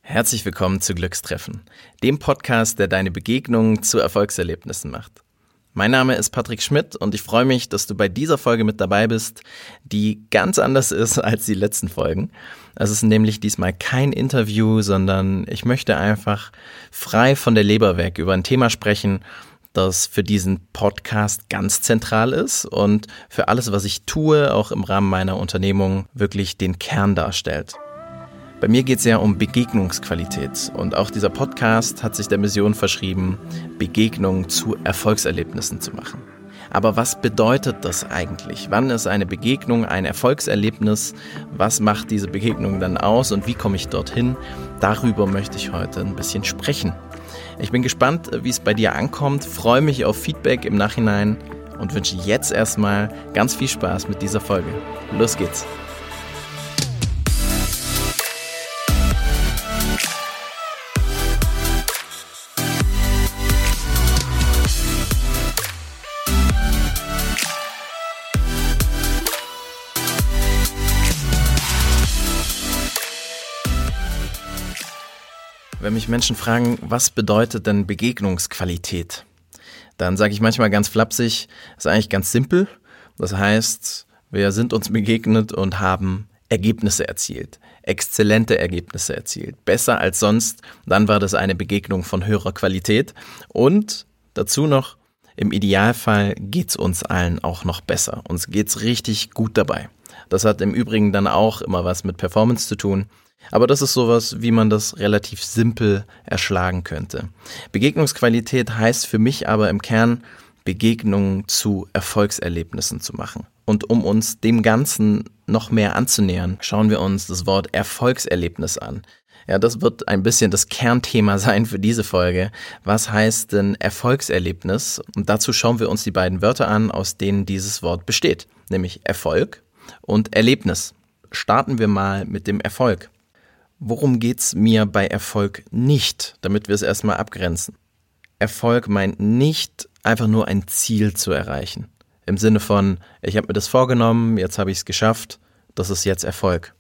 Herzlich willkommen zu Glückstreffen, dem Podcast, der deine Begegnungen zu Erfolgserlebnissen macht. Mein Name ist Patrick Schmidt und ich freue mich, dass du bei dieser Folge mit dabei bist, die ganz anders ist als die letzten Folgen. Es ist nämlich diesmal kein Interview, sondern ich möchte einfach frei von der Leber weg über ein Thema sprechen, das für diesen Podcast ganz zentral ist und für alles, was ich tue, auch im Rahmen meiner Unternehmung wirklich den Kern darstellt. Bei mir geht es ja um Begegnungsqualität und auch dieser Podcast hat sich der Mission verschrieben, Begegnungen zu Erfolgserlebnissen zu machen. Aber was bedeutet das eigentlich? Wann ist eine Begegnung ein Erfolgserlebnis? Was macht diese Begegnung dann aus und wie komme ich dorthin? Darüber möchte ich heute ein bisschen sprechen. Ich bin gespannt, wie es bei dir ankommt, freue mich auf Feedback im Nachhinein und wünsche jetzt erstmal ganz viel Spaß mit dieser Folge. Los geht's! Wenn mich Menschen fragen, was bedeutet denn Begegnungsqualität? Dann sage ich manchmal ganz flapsig, ist eigentlich ganz simpel. Das heißt, wir sind uns begegnet und haben Ergebnisse erzielt, exzellente Ergebnisse erzielt, besser als sonst. Dann war das eine Begegnung von höherer Qualität und dazu noch, im Idealfall geht's uns allen auch noch besser. Uns geht's richtig gut dabei. Das hat im Übrigen dann auch immer was mit Performance zu tun. Aber das ist sowas, wie man das relativ simpel erschlagen könnte. Begegnungsqualität heißt für mich aber im Kern, Begegnungen zu Erfolgserlebnissen zu machen. Und um uns dem Ganzen noch mehr anzunähern, schauen wir uns das Wort Erfolgserlebnis an. Ja, das wird ein bisschen das Kernthema sein für diese Folge. Was heißt denn Erfolgserlebnis? Und dazu schauen wir uns die beiden Wörter an, aus denen dieses Wort besteht, nämlich Erfolg und Erlebnis. Starten wir mal mit dem Erfolg. Worum geht's mir bei Erfolg nicht, damit wir es erstmal abgrenzen? Erfolg meint nicht einfach nur ein Ziel zu erreichen. Im Sinne von, ich habe mir das vorgenommen, jetzt habe ich es geschafft, das ist jetzt Erfolg.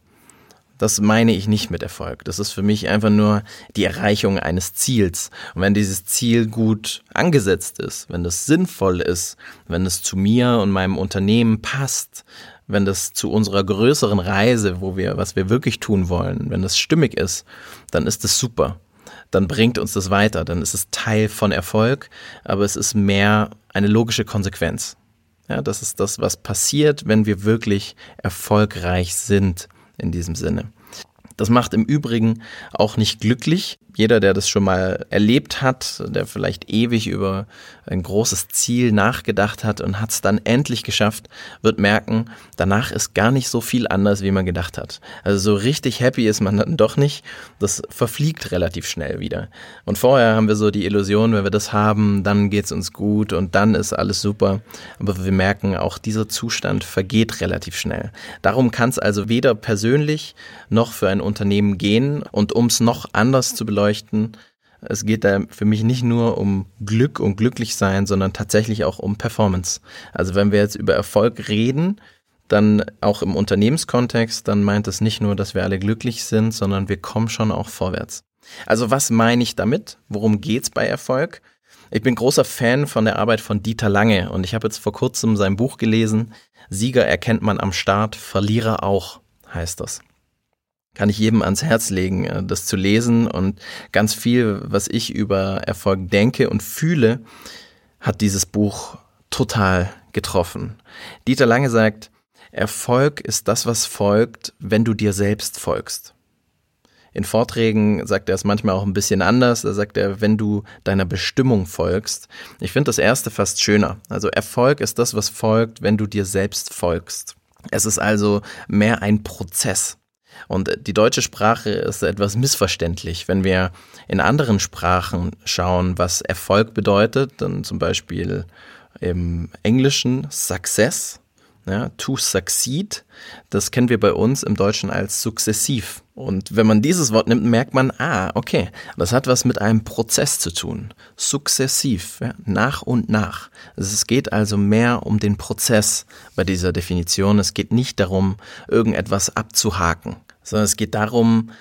Das meine ich nicht mit Erfolg. Das ist für mich einfach nur die Erreichung eines Ziels. Und wenn dieses Ziel gut angesetzt ist, wenn das sinnvoll ist, wenn es zu mir und meinem Unternehmen passt, wenn das zu unserer größeren Reise, was wir wirklich tun wollen, wenn das stimmig ist, dann ist das super. Dann bringt uns das weiter, dann ist es Teil von Erfolg, aber es ist mehr eine logische Konsequenz. Ja, das ist das, was passiert, wenn wir wirklich erfolgreich sind in diesem Sinne. Das macht im Übrigen auch nicht glücklich. Jeder, der das schon mal erlebt hat, der vielleicht ewig über ein großes Ziel nachgedacht hat und hat es dann endlich geschafft, wird merken, danach ist gar nicht so viel anders, wie man gedacht hat. Also so richtig happy ist man dann doch nicht. Das verfliegt relativ schnell wieder. Und vorher haben wir so die Illusion, wenn wir das haben, dann geht's uns gut und dann ist alles super. Aber wir merken, auch dieser Zustand vergeht relativ schnell. Darum kann es also weder persönlich noch für ein Unternehmen gehen. Und um es noch anders zu beleuchten, es geht da für mich nicht nur um Glück und Glücklichsein, sondern tatsächlich auch um Performance. Also wenn wir jetzt über Erfolg reden, dann auch im Unternehmenskontext, dann meint es nicht nur, dass wir alle glücklich sind, sondern wir kommen schon auch vorwärts. Also was meine ich damit? Worum geht's bei Erfolg? Ich bin großer Fan von der Arbeit von Dieter Lange und ich habe jetzt vor kurzem sein Buch gelesen. Sieger erkennt man am Start, Verlierer auch, heißt das. Kann ich jedem ans Herz legen, das zu lesen, und ganz viel, was ich über Erfolg denke und fühle, hat dieses Buch total getroffen. Dieter Lange sagt, Erfolg ist das, was folgt, wenn du dir selbst folgst. In Vorträgen sagt er es manchmal auch ein bisschen anders, da sagt er, wenn du deiner Bestimmung folgst. Ich finde das erste fast schöner. Also Erfolg ist das, was folgt, wenn du dir selbst folgst. Es ist also mehr ein Prozess. Und die deutsche Sprache ist etwas missverständlich. Wenn wir in anderen Sprachen schauen, was Erfolg bedeutet, dann zum Beispiel im Englischen Success, ja, to succeed, das kennen wir bei uns im Deutschen als sukzessiv. Und wenn man dieses Wort nimmt, merkt man, okay, das hat was mit einem Prozess zu tun. Sukzessiv, ja, nach und nach. Es geht also mehr um den Prozess bei dieser Definition. Es geht nicht darum, irgendetwas abzuhaken, sondern es geht darum,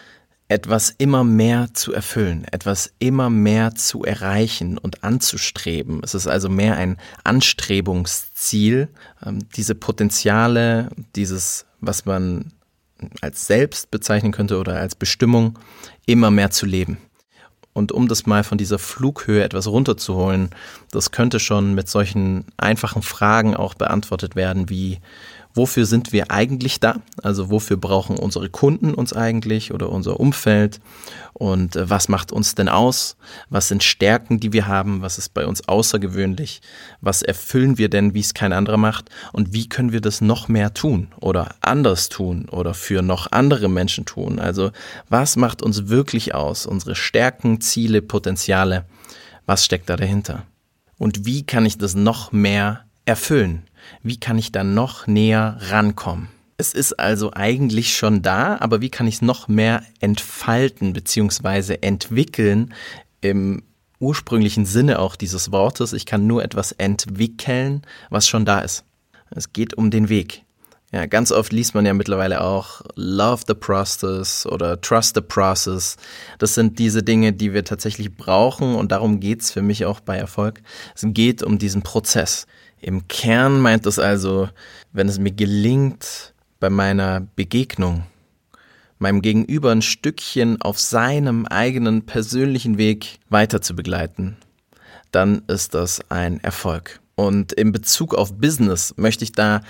etwas immer mehr zu erfüllen, etwas immer mehr zu erreichen und anzustreben. Es ist also mehr ein Anstrebungsziel, diese Potenziale, dieses, was man als Selbst bezeichnen könnte oder als Bestimmung, immer mehr zu leben. Und um das mal von dieser Flughöhe etwas runterzuholen, das könnte schon mit solchen einfachen Fragen auch beantwortet werden wie: Wofür sind wir eigentlich da? Also wofür brauchen unsere Kunden uns eigentlich oder unser Umfeld? Und was macht uns denn aus? Was sind Stärken, die wir haben? Was ist bei uns außergewöhnlich? Was erfüllen wir denn, wie es kein anderer macht? Und wie können wir das noch mehr tun oder anders tun oder für noch andere Menschen tun? Also was macht uns wirklich aus? Unsere Stärken, Ziele, Potenziale, was steckt da dahinter? Und wie kann ich das noch mehr erfüllen? Wie kann ich da noch näher rankommen? Es ist also eigentlich schon da, aber wie kann ich es noch mehr entfalten bzw. entwickeln im ursprünglichen Sinne auch dieses Wortes? Ich kann nur etwas entwickeln, was schon da ist. Es geht um den Weg. Ja, ganz oft liest man ja mittlerweile auch Love the Process oder Trust the Process. Das sind diese Dinge, die wir tatsächlich brauchen und darum geht's für mich auch bei Erfolg. Es geht um diesen Prozess. Im Kern meint es also, wenn es mir gelingt, bei meiner Begegnung meinem Gegenüber ein Stückchen auf seinem eigenen persönlichen Weg weiter zu begleiten, dann ist das ein Erfolg. Und in Bezug auf Business möchte ich da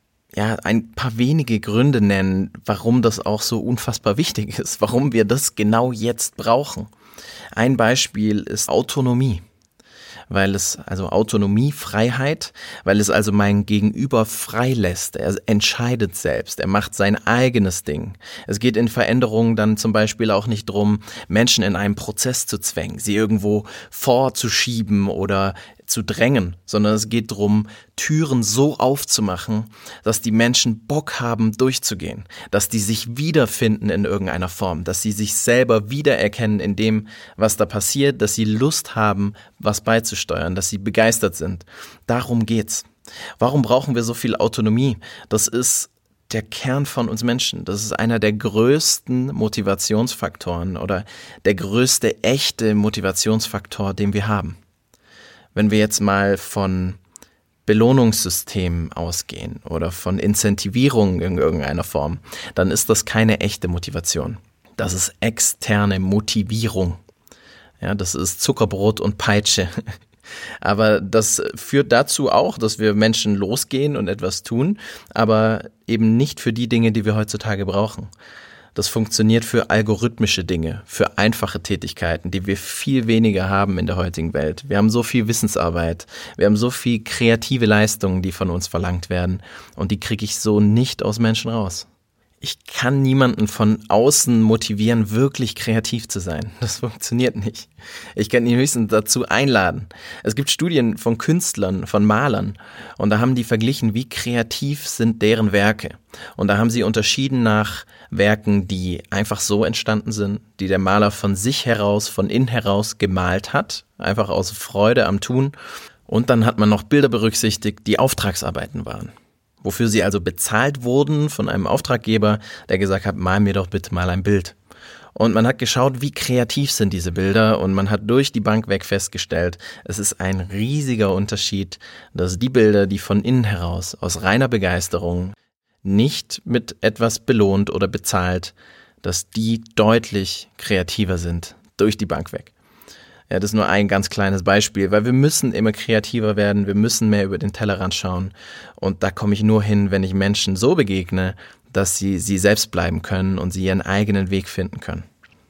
ein paar wenige Gründe nennen, warum das auch so unfassbar wichtig ist, warum wir das genau jetzt brauchen. Ein Beispiel ist Autonomie. Weil es also Autonomie, Freiheit, weil es also mein Gegenüber frei lässt. Er entscheidet selbst, er macht sein eigenes Ding. Es geht in Veränderungen dann zum Beispiel auch nicht darum, Menschen in einen Prozess zu zwängen, sie irgendwo vorzuschieben oder zu drängen, sondern es geht darum, Türen so aufzumachen, dass die Menschen Bock haben, durchzugehen, dass die sich wiederfinden in irgendeiner Form, dass sie sich selber wiedererkennen in dem, was da passiert, dass sie Lust haben, was beizusteuern, dass sie begeistert sind. Darum geht's. Warum brauchen wir so viel Autonomie? Das ist der Kern von uns Menschen. Das ist einer der größten Motivationsfaktoren oder der größte echte Motivationsfaktor, den wir haben. Wenn wir jetzt mal von Belohnungssystemen ausgehen oder von Incentivierung in irgendeiner Form, dann ist das keine echte Motivation. Das ist externe Motivierung. Ja, das ist Zuckerbrot und Peitsche. Aber das führt dazu auch, dass wir Menschen losgehen und etwas tun, aber eben nicht für die Dinge, die wir heutzutage brauchen. Das funktioniert für algorithmische Dinge, für einfache Tätigkeiten, die wir viel weniger haben in der heutigen Welt. Wir haben so viel Wissensarbeit, wir haben so viel kreative Leistungen, die von uns verlangt werden und die kriege ich so nicht aus Menschen raus. Ich kann niemanden von außen motivieren, wirklich kreativ zu sein. Das funktioniert nicht. Ich kann ihn höchstens dazu einladen. Es gibt Studien von Künstlern, von Malern und da haben die verglichen, wie kreativ sind deren Werke. Und da haben sie unterschieden nach Werken, die einfach so entstanden sind, die der Maler von sich heraus, von innen heraus gemalt hat, einfach aus Freude am Tun. Und dann hat man noch Bilder berücksichtigt, die Auftragsarbeiten waren. Wofür sie also bezahlt wurden von einem Auftraggeber, der gesagt hat, mal mir doch bitte mal ein Bild. Und man hat geschaut, wie kreativ sind diese Bilder und man hat durch die Bank weg festgestellt, es ist ein riesiger Unterschied, dass die Bilder, die von innen heraus, aus reiner Begeisterung, nicht mit etwas belohnt oder bezahlt, dass die deutlich kreativer sind, durch die Bank weg. Ja, das ist nur ein ganz kleines Beispiel, weil wir müssen immer kreativer werden, wir müssen mehr über den Tellerrand schauen und da komme ich nur hin, wenn ich Menschen so begegne, dass sie selbst bleiben können und sie ihren eigenen Weg finden können.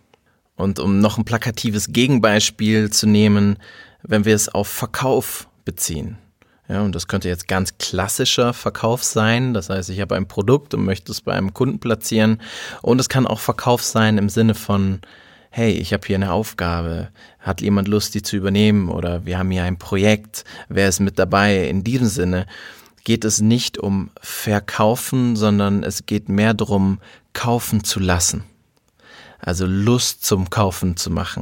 Und um noch ein plakatives Gegenbeispiel zu nehmen, wenn wir es auf Verkauf beziehen. Ja, und das könnte jetzt ganz klassischer Verkauf sein, das heißt, ich habe ein Produkt und möchte es bei einem Kunden platzieren und es kann auch Verkauf sein im Sinne von hey, ich habe hier eine Aufgabe, hat jemand Lust, die zu übernehmen oder wir haben hier ein Projekt, wer ist mit dabei? In diesem Sinne geht es nicht um Verkaufen, sondern es geht mehr darum, kaufen zu lassen. Also Lust zum Kaufen zu machen,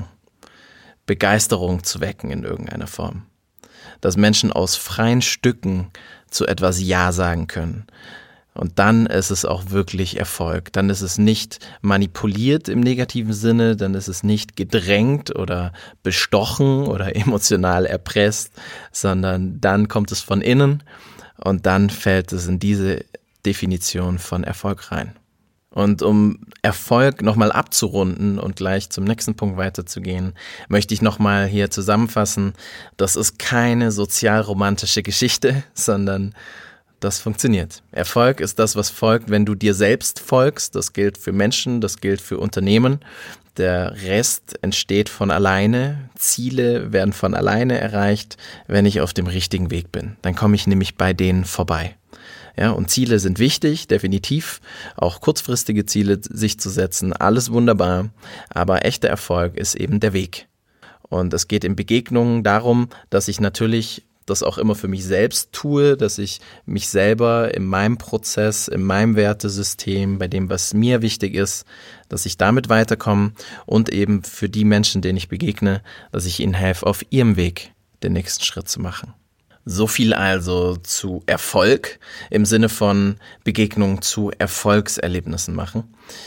Begeisterung zu wecken in irgendeiner Form. Dass Menschen aus freien Stücken zu etwas Ja sagen können. Und dann ist es auch wirklich Erfolg. Dann ist es nicht manipuliert im negativen Sinne, dann ist es nicht gedrängt oder bestochen oder emotional erpresst, sondern dann kommt es von innen und dann fällt es in diese Definition von Erfolg rein. Und um Erfolg nochmal abzurunden und gleich zum nächsten Punkt weiterzugehen, möchte ich nochmal hier zusammenfassen, das ist keine sozialromantische Geschichte, sondern das funktioniert. Erfolg ist das, was folgt, wenn du dir selbst folgst. Das gilt für Menschen, das gilt für Unternehmen. Der Rest entsteht von alleine. Ziele werden von alleine erreicht, wenn ich auf dem richtigen Weg bin. Dann komme ich nämlich bei denen vorbei. Ja, und Ziele sind wichtig, definitiv. Auch kurzfristige Ziele sich zu setzen, alles wunderbar. Aber echter Erfolg ist eben der Weg. Und es geht in Begegnungen darum, dass ich natürlich das auch immer für mich selbst tue, dass ich mich selber in meinem Prozess, in meinem Wertesystem, bei dem, was mir wichtig ist, dass ich damit weiterkomme und eben für die Menschen, denen ich begegne, dass ich ihnen helfe, auf ihrem Weg den nächsten Schritt zu machen. So viel also zu Erfolg im Sinne von Begegnung zu Erfolgserlebnissen machen.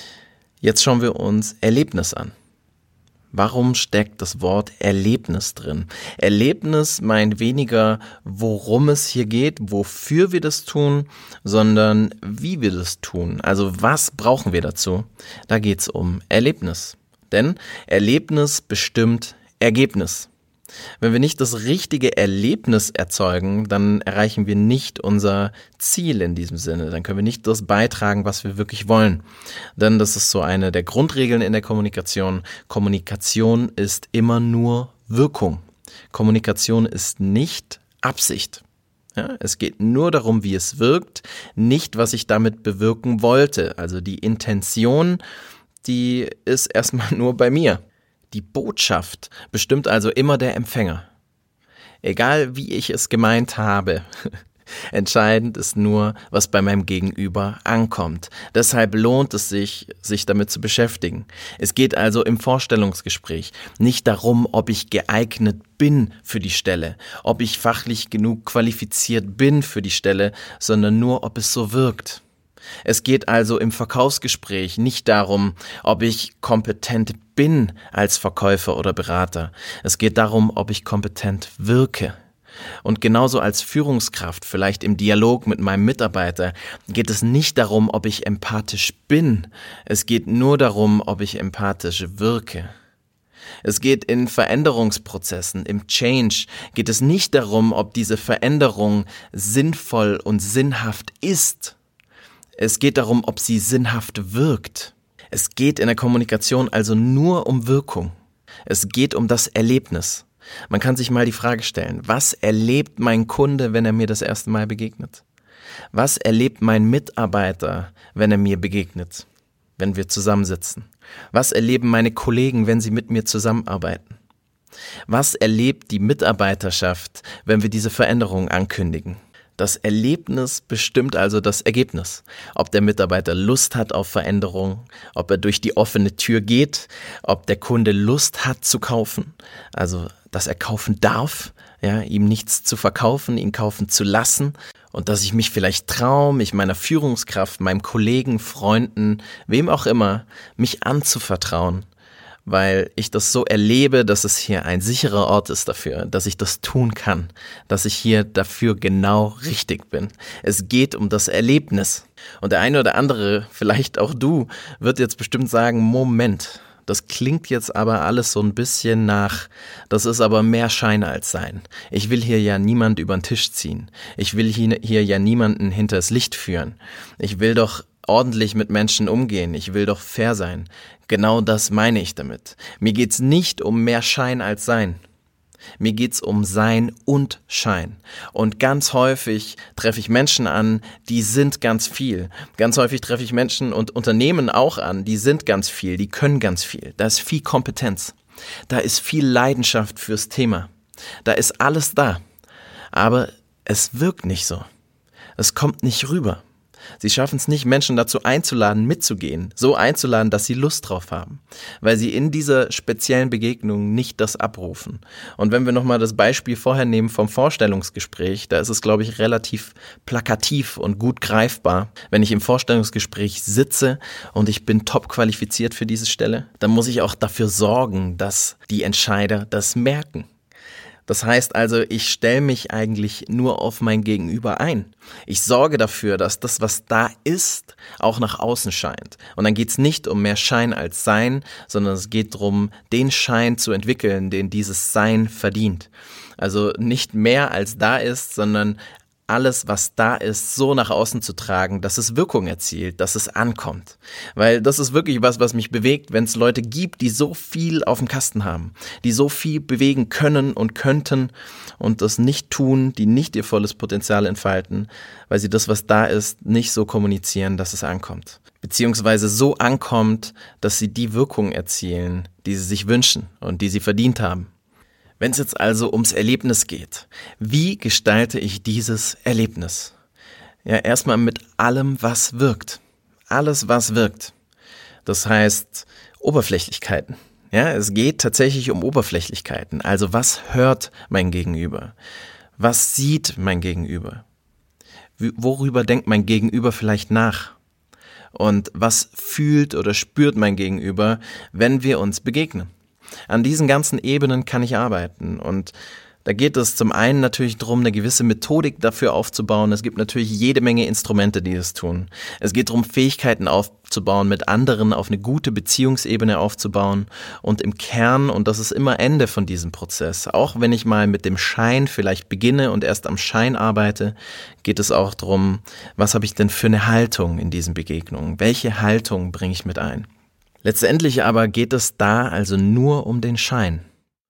Jetzt schauen wir uns Erlebnis an. Warum steckt das Wort Erlebnis drin? Erlebnis meint weniger, worum es hier geht, wofür wir das tun, sondern wie wir das tun. Also was brauchen wir dazu? Da geht es um Erlebnis. Denn Erlebnis bestimmt Ergebnis. Wenn wir nicht das richtige Erlebnis erzeugen, dann erreichen wir nicht unser Ziel in diesem Sinne. Dann können wir nicht das beitragen, was wir wirklich wollen. Denn das ist so eine der Grundregeln in der Kommunikation. Kommunikation ist immer nur Wirkung. Kommunikation ist nicht Absicht. Ja, es geht nur darum, wie es wirkt, nicht, was ich damit bewirken wollte. Also die Intention, die ist erstmal nur bei mir. Die Botschaft bestimmt also immer der Empfänger. Egal wie ich es gemeint habe. Entscheidend ist nur, was bei meinem Gegenüber ankommt. Deshalb lohnt es sich, sich damit zu beschäftigen. Es geht also im Vorstellungsgespräch nicht darum, ob ich geeignet bin für die Stelle, ob ich fachlich genug qualifiziert bin für die Stelle, sondern nur, ob es so wirkt. Es geht also im Verkaufsgespräch nicht darum, ob ich kompetent bin als Verkäufer oder Berater. Es geht darum, ob ich kompetent wirke. Und genauso als Führungskraft, vielleicht im Dialog mit meinem Mitarbeiter, geht es nicht darum, ob ich empathisch bin. Es geht nur darum, ob ich empathisch wirke. Es geht in Veränderungsprozessen, im Change, geht es nicht darum, ob diese Veränderung sinnvoll und sinnhaft ist. Es geht darum, ob sie sinnhaft wirkt. Es geht in der Kommunikation also nur um Wirkung. Es geht um das Erlebnis. Man kann sich mal die Frage stellen, was erlebt mein Kunde, wenn er mir das erste Mal begegnet? Was erlebt mein Mitarbeiter, wenn er mir begegnet, wenn wir zusammensitzen? Was erleben meine Kollegen, wenn sie mit mir zusammenarbeiten? Was erlebt die Mitarbeiterschaft, wenn wir diese Veränderung ankündigen? Das Erlebnis bestimmt also das Ergebnis. Ob der Mitarbeiter Lust hat auf Veränderung, ob er durch die offene Tür geht, ob der Kunde Lust hat zu kaufen, also dass er kaufen darf, ja, ihm nichts zu verkaufen, ihn kaufen zu lassen und dass ich mich vielleicht traue, mich meiner Führungskraft, meinem Kollegen, Freunden, wem auch immer, mich anzuvertrauen. Weil ich das so erlebe, dass es hier ein sicherer Ort ist dafür, dass ich das tun kann, dass ich hier dafür genau richtig bin. Es geht um das Erlebnis. Und der eine oder andere, vielleicht auch du, wird jetzt bestimmt sagen, Moment, das klingt jetzt aber alles so ein bisschen nach, das ist aber mehr Schein als Sein. Ich will hier ja niemand über den Tisch ziehen. Ich will hier ja niemanden hinters Licht führen. Ich will doch ordentlich mit Menschen umgehen. Ich will doch fair sein. Genau das meine ich damit. Mir geht's nicht um mehr Schein als Sein. Mir geht's um Sein und Schein. Und ganz häufig treffe ich Menschen an, die sind ganz viel. Ganz häufig treffe ich Menschen und Unternehmen auch an, die sind ganz viel, die können ganz viel. Da ist viel Kompetenz. Da ist viel Leidenschaft fürs Thema. Da ist alles da. Aber es wirkt nicht so. Es kommt nicht rüber. Sie schaffen es nicht, Menschen dazu einzuladen, mitzugehen, so einzuladen, dass sie Lust drauf haben, weil sie in dieser speziellen Begegnung nicht das abrufen. Und wenn wir nochmal das Beispiel vorher nehmen vom Vorstellungsgespräch, da ist es, glaube ich, relativ plakativ und gut greifbar. Wenn ich im Vorstellungsgespräch sitze und ich bin top qualifiziert für diese Stelle, dann muss ich auch dafür sorgen, dass die Entscheider das merken. Das heißt also, ich stelle mich eigentlich nur auf mein Gegenüber ein. Ich sorge dafür, dass das, was da ist, auch nach außen scheint. Und dann geht es nicht um mehr Schein als Sein, sondern es geht darum, den Schein zu entwickeln, den dieses Sein verdient. Also nicht mehr als da ist, sondern alles, was da ist, so nach außen zu tragen, dass es Wirkung erzielt, dass es ankommt. Weil das ist wirklich was mich bewegt, wenn es Leute gibt, die so viel auf dem Kasten haben, die so viel bewegen können und könnten und das nicht tun, die nicht ihr volles Potenzial entfalten, weil sie das, was da ist, nicht so kommunizieren, dass es ankommt. Beziehungsweise so ankommt, dass sie die Wirkung erzielen, die sie sich wünschen und die sie verdient haben. Wenn es jetzt also ums Erlebnis geht, wie gestalte ich dieses Erlebnis? Ja, erstmal mit allem, was wirkt. Alles, was wirkt. Das heißt Oberflächlichkeiten. Ja, es geht tatsächlich um Oberflächlichkeiten. Also was hört mein Gegenüber? Was sieht mein Gegenüber? Worüber denkt mein Gegenüber vielleicht nach? Und was fühlt oder spürt mein Gegenüber, wenn wir uns begegnen? An diesen ganzen Ebenen kann ich arbeiten und da geht es zum einen natürlich darum, eine gewisse Methodik dafür aufzubauen. Es gibt natürlich jede Menge Instrumente, die das tun. Es geht darum, Fähigkeiten aufzubauen, mit anderen auf eine gute Beziehungsebene aufzubauen und im Kern, und das ist immer Ende von diesem Prozess, auch wenn ich mal mit dem Schein vielleicht beginne und erst am Schein arbeite, geht es auch darum, was habe ich denn für eine Haltung in diesen Begegnungen? Welche Haltung bringe ich mit ein? Letztendlich aber geht es da also nur um den Schein.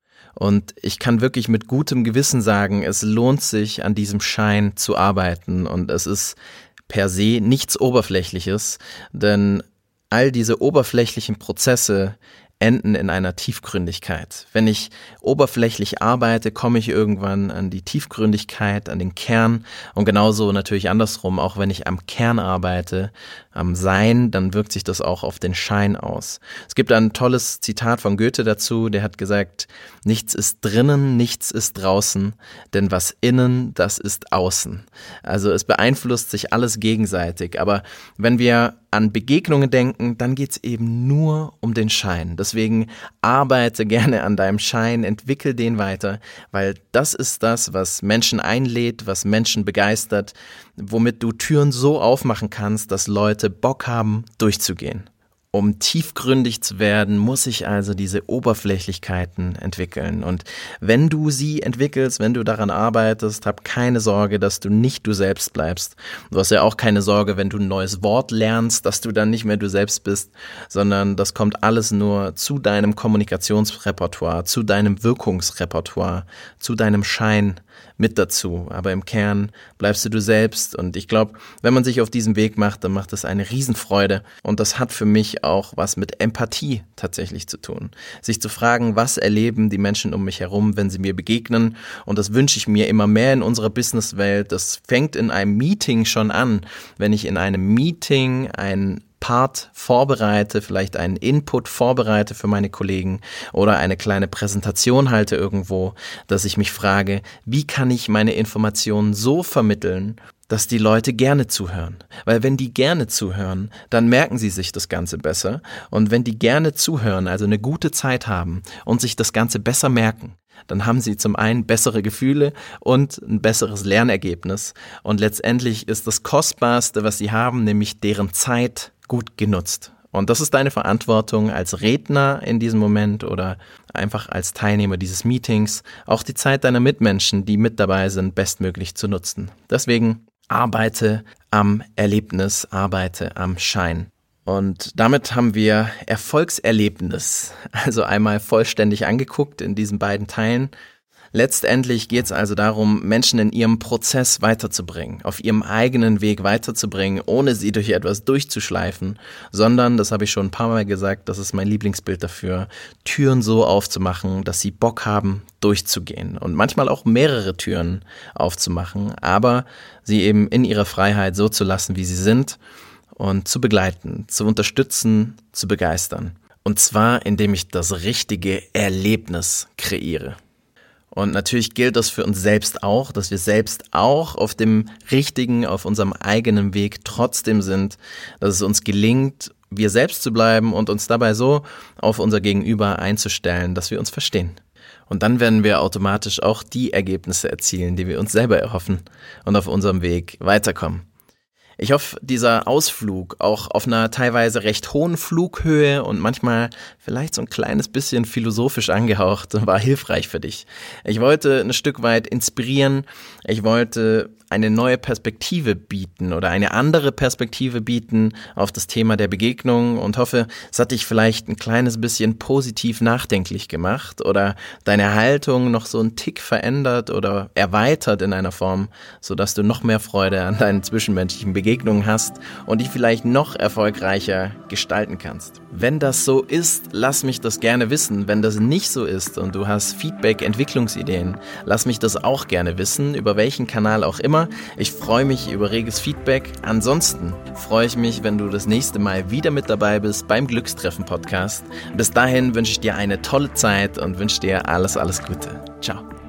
Und ich kann wirklich mit gutem Gewissen sagen, es lohnt sich, an diesem Schein zu arbeiten. Und es ist per se nichts Oberflächliches, denn all diese oberflächlichen Prozesse enden in einer Tiefgründigkeit. Wenn ich oberflächlich arbeite, komme ich irgendwann an die Tiefgründigkeit, an den Kern und genauso natürlich andersrum, auch wenn ich am Kern arbeite, am Sein, dann wirkt sich das auch auf den Schein aus. Es gibt ein tolles Zitat von Goethe dazu, der hat gesagt, nichts ist drinnen, nichts ist draußen, denn was innen, das ist außen. Also es beeinflusst sich alles gegenseitig, aber wenn wir an Begegnungen denken, dann geht's eben nur um den Schein. Deswegen arbeite gerne an deinem Schein, entwickel den weiter, weil das ist das, was Menschen einlädt, was Menschen begeistert, womit du Türen so aufmachen kannst, dass Leute Bock haben, durchzugehen. Um tiefgründig zu werden, muss ich also diese Oberflächlichkeiten entwickeln. Und wenn du sie entwickelst, wenn du daran arbeitest, hab keine Sorge, dass du nicht du selbst bleibst. Du hast ja auch keine Sorge, wenn du ein neues Wort lernst, dass du dann nicht mehr du selbst bist, sondern das kommt alles nur zu deinem Kommunikationsrepertoire, zu deinem Wirkungsrepertoire, zu deinem Schein mit dazu. Aber im Kern bleibst du selbst. Und ich glaube, wenn man sich auf diesen Weg macht, dann macht das eine Riesenfreude. Und das hat für mich auch was mit Empathie tatsächlich zu tun. Sich zu fragen, was erleben die Menschen um mich herum, wenn sie mir begegnen. Und das wünsche ich mir immer mehr in unserer Businesswelt. Das fängt in einem Meeting schon an. Wenn ich in einem Meeting ein Part vorbereite, vielleicht einen Input vorbereite für meine Kollegen oder eine kleine Präsentation halte irgendwo, dass ich mich frage, wie kann ich meine Informationen so vermitteln, dass die Leute gerne zuhören. Weil wenn die gerne zuhören, dann merken sie sich das Ganze besser. Und wenn die gerne zuhören, also eine gute Zeit haben und sich das Ganze besser merken, dann haben sie zum einen bessere Gefühle und ein besseres Lernergebnis. Und letztendlich ist das Kostbarste, was sie haben, nämlich deren Zeit gut genutzt. Und das ist deine Verantwortung als Redner in diesem Moment oder einfach als Teilnehmer dieses Meetings, auch die Zeit deiner Mitmenschen, die mit dabei sind, bestmöglich zu nutzen. Deswegen arbeite am Erlebnis, arbeite am Schein. Und damit haben wir Erfolgserlebnis, also einmal vollständig angeguckt in diesen beiden Teilen. Letztendlich geht es also darum, Menschen in ihrem Prozess weiterzubringen, auf ihrem eigenen Weg weiterzubringen, ohne sie durch etwas durchzuschleifen, sondern, das habe ich schon ein paar Mal gesagt, das ist mein Lieblingsbild dafür, Türen so aufzumachen, dass sie Bock haben, durchzugehen und manchmal auch mehrere Türen aufzumachen, aber sie eben in ihrer Freiheit so zu lassen, wie sie sind und zu begleiten, zu unterstützen, zu begeistern. Und zwar, indem ich das richtige Erlebnis kreiere. Und natürlich gilt das für uns selbst auch, dass wir selbst auch auf dem richtigen, auf unserem eigenen Weg trotzdem sind, dass es uns gelingt, wir selbst zu bleiben und uns dabei so auf unser Gegenüber einzustellen, dass wir uns verstehen. Und dann werden wir automatisch auch die Ergebnisse erzielen, die wir uns selber erhoffen und auf unserem Weg weiterkommen. Ich hoffe, dieser Ausflug auch auf einer teilweise recht hohen Flughöhe und manchmal vielleicht so ein kleines bisschen philosophisch angehaucht war hilfreich für dich. Ich wollte ein Stück weit inspirieren, ich wollte eine neue Perspektive bieten oder eine andere Perspektive bieten auf das Thema der Begegnung und hoffe, es hat dich vielleicht ein kleines bisschen positiv nachdenklich gemacht oder deine Haltung noch so einen Tick verändert oder erweitert in einer Form, sodass du noch mehr Freude an deinen zwischenmenschlichen Begegnungen hast und die vielleicht noch erfolgreicher gestalten kannst. Wenn das so ist, lass mich das gerne wissen. Wenn das nicht so ist und du hast Feedback, Entwicklungsideen, lass mich das auch gerne wissen, über welchen Kanal auch immer. Ich freue mich über reges Feedback. Ansonsten freue ich mich, wenn du das nächste Mal wieder mit dabei bist beim Glückstreffen Podcast. Bis dahin wünsche ich dir eine tolle Zeit und wünsche dir alles Gute. Ciao.